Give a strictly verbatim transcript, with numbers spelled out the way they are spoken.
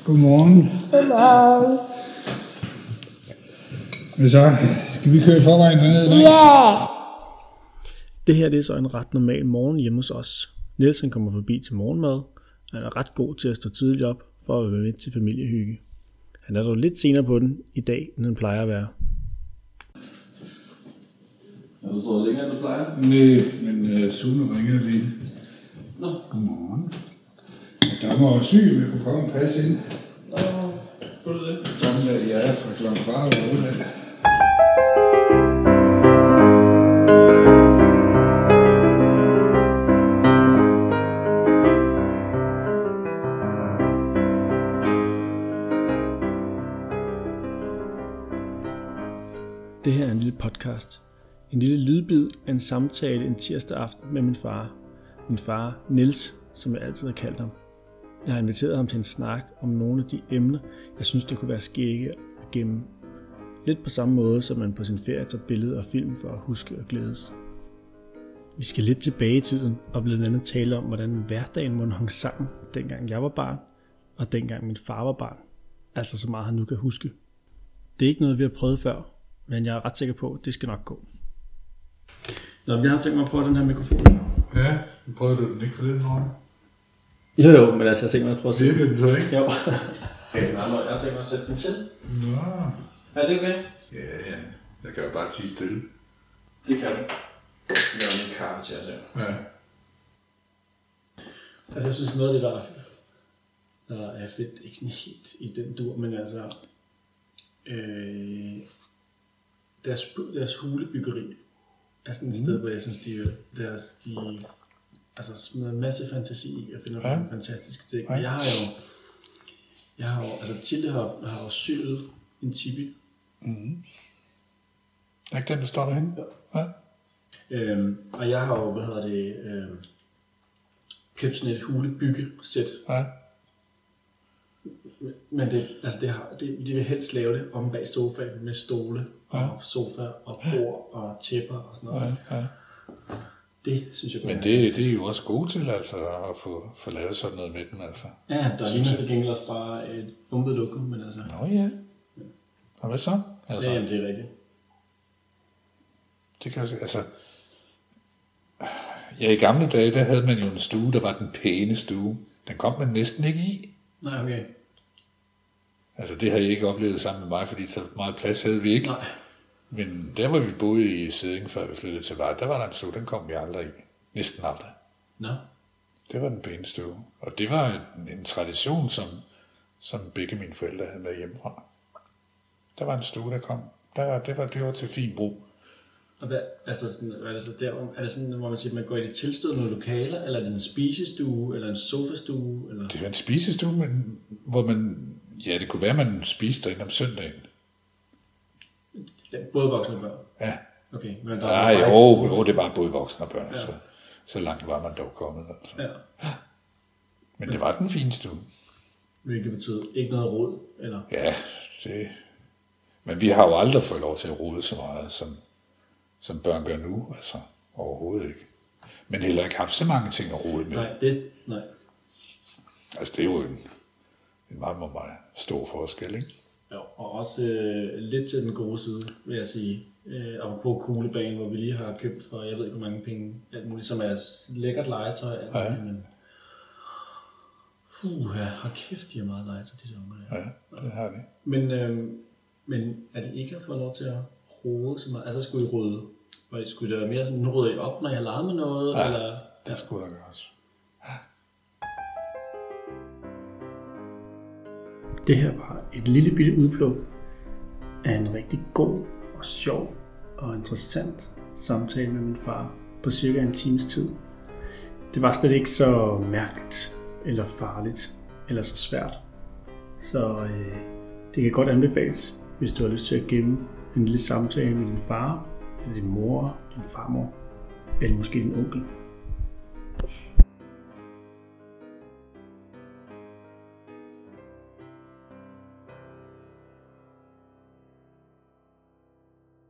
Godmorgen. Godmorgen. Men så skal vi køre i forvejen dernede i dag? Ja. Det her det er så en ret normal morgen hjemme hos os. Niels han kommer forbi til morgenmad. Han er ret god til at stå tidligt op for at være med til familiehygge. Han er dog lidt senere på den i dag, end han plejer at være. Har du stået længere, end du plejer? Nej, men uh, Sune ringer lige. Nå. Godmorgen. Der må jo syg, vi kunne komme og passe ind. Nå, skulle du det? Sådan at jeg er fra klokken kvart over otte af. Det her er en lille podcast. En lille lydbid af en samtale en tirsdag aften med min far. Min far, Niels, som jeg altid har kaldt ham. Jeg har inviteret ham til en snak om nogle af de emner, jeg synes, det kunne være skægge at gemme. Lidt på samme måde, som man på sin ferie tager billeder og film for at huske og glædes. Vi skal lidt tilbage i tiden og blandt andet tale om, hvordan hverdagen må hang sammen, dengang jeg var barn, og dengang min far var barn. Altså så meget han nu kan huske. Det er ikke noget, vi har prøvet før, men jeg er ret sikker på, at det skal nok gå. Nå, jeg har tænkt mig at prøve den her mikrofon. Ja, nu prøvede du den ikke forleden morgen. Jo jo, men altså jeg har tænkt mig at prøve at se. Virkede den så ikke? Jo. Okay, jeg har tænkt mig at sætte den til. Nå. Er det okay? Ja, ja. Jeg kan jo bare tige stille. Det kan du. Jeg har lige kaffe til at se. Ja. Altså jeg synes noget af det, der er, der er fedt, ikke sådan helt i den dur, men altså øh, deres, deres hulebyggeri er sådan et mm. sted, hvor jeg synes, de, deres, de altså smider en masse fantasi i og finder ja. nogle fantastiske ting. Ja. Jeg har jo, jeg har jo, altså Tilde har, har jo syet en tipi. Mm. Er ikke den, der står derhenne? Ja. Ja. Øhm, og jeg har jo, hvad hedder det, øhm, købt sådan et hulebyggesæt. Ja. Men det, altså det har, det, de vil helst lave det om bag sofaen med stole ja. og sofa og bord og tæpper og sådan noget. Ja. Ja. Det synes jeg. Men det, det er jo også gode til altså at få, få lavet sådan noget med den altså. Ja, der ligner til gengæld også bare et bumpet lokum, men altså. Nå ja. Og hvad så? Altså, ja, jamen, det er rigtigt. Det kan altså. Ja, i gamle dage, der havde man jo en stue, der var den pæne stue. Den kom man næsten ikke i. Nej, okay. Altså, det har jeg ikke oplevet sammen med mig, fordi så meget plads havde vi ikke. Nej. Men der, hvor vi boede i Sæding, før vi flyttede til Vejle, der var der en stue, den kom vi aldrig i. Næsten aldrig. Nå. Det var den pæne stue. Og det var en, en tradition, som, som begge mine forældre havde med hjemmefra. Der var en stue, der kom. Der, det, var, det var til fin brug. Og hvad, altså sådan, hvad er det så der, er det sådan, hvor man siger, man går i de tilstødende lokaler, eller er det en spisestue, eller en sofastue? Eller? Det var en spisestue, men, hvor man, ja, det kunne være, at man spiste derinde om søndagen. Ja, både voksne og børn? Ja. Okay, men der Nej, var jo, ikke... jo, det var både voksne og børn, ja. så, så langt var man dog kommet. Altså. Ja. Men det var den fine stue. Hvilket betyder ikke noget rod, eller? Ja, det... Men vi har jo aldrig fået lov til at rode så meget, som, som børn gør nu, altså overhovedet ikke. Men heller ikke haft så mange ting at rode med. Nej, det... Nej. Altså, det er jo en, en meget, meget, meget stor forskel, ikke? Jo, og også øh, lidt til den gode side, vil jeg sige. Øh, og på kuglebanen, hvor vi lige har købt for, jeg ved ikke hvor mange penge, alt muligt, som er lækkert legetøj. Alt ja. muligt, men puh, ja, har kæft, de har meget legetøj, de der unge. Ja, det har de. Men, øh, men er det ikke at få lov til at rode så meget? Altså skulle I rode, og skulle det være mere sådan, nu rydder I op, når jeg legede med noget? Ja, eller? det ja. skulle der gøres. Ja. Det her var et lille bitte udpluk af en rigtig god og sjov og interessant samtale med min far på cirka en times tid. Det var slet ikke så mærkeligt eller farligt eller så svært. Så øh, det kan godt anbefales, hvis du har lyst til at gemme en lille samtale med din far, eller din mor, din farmor, eller måske din onkel.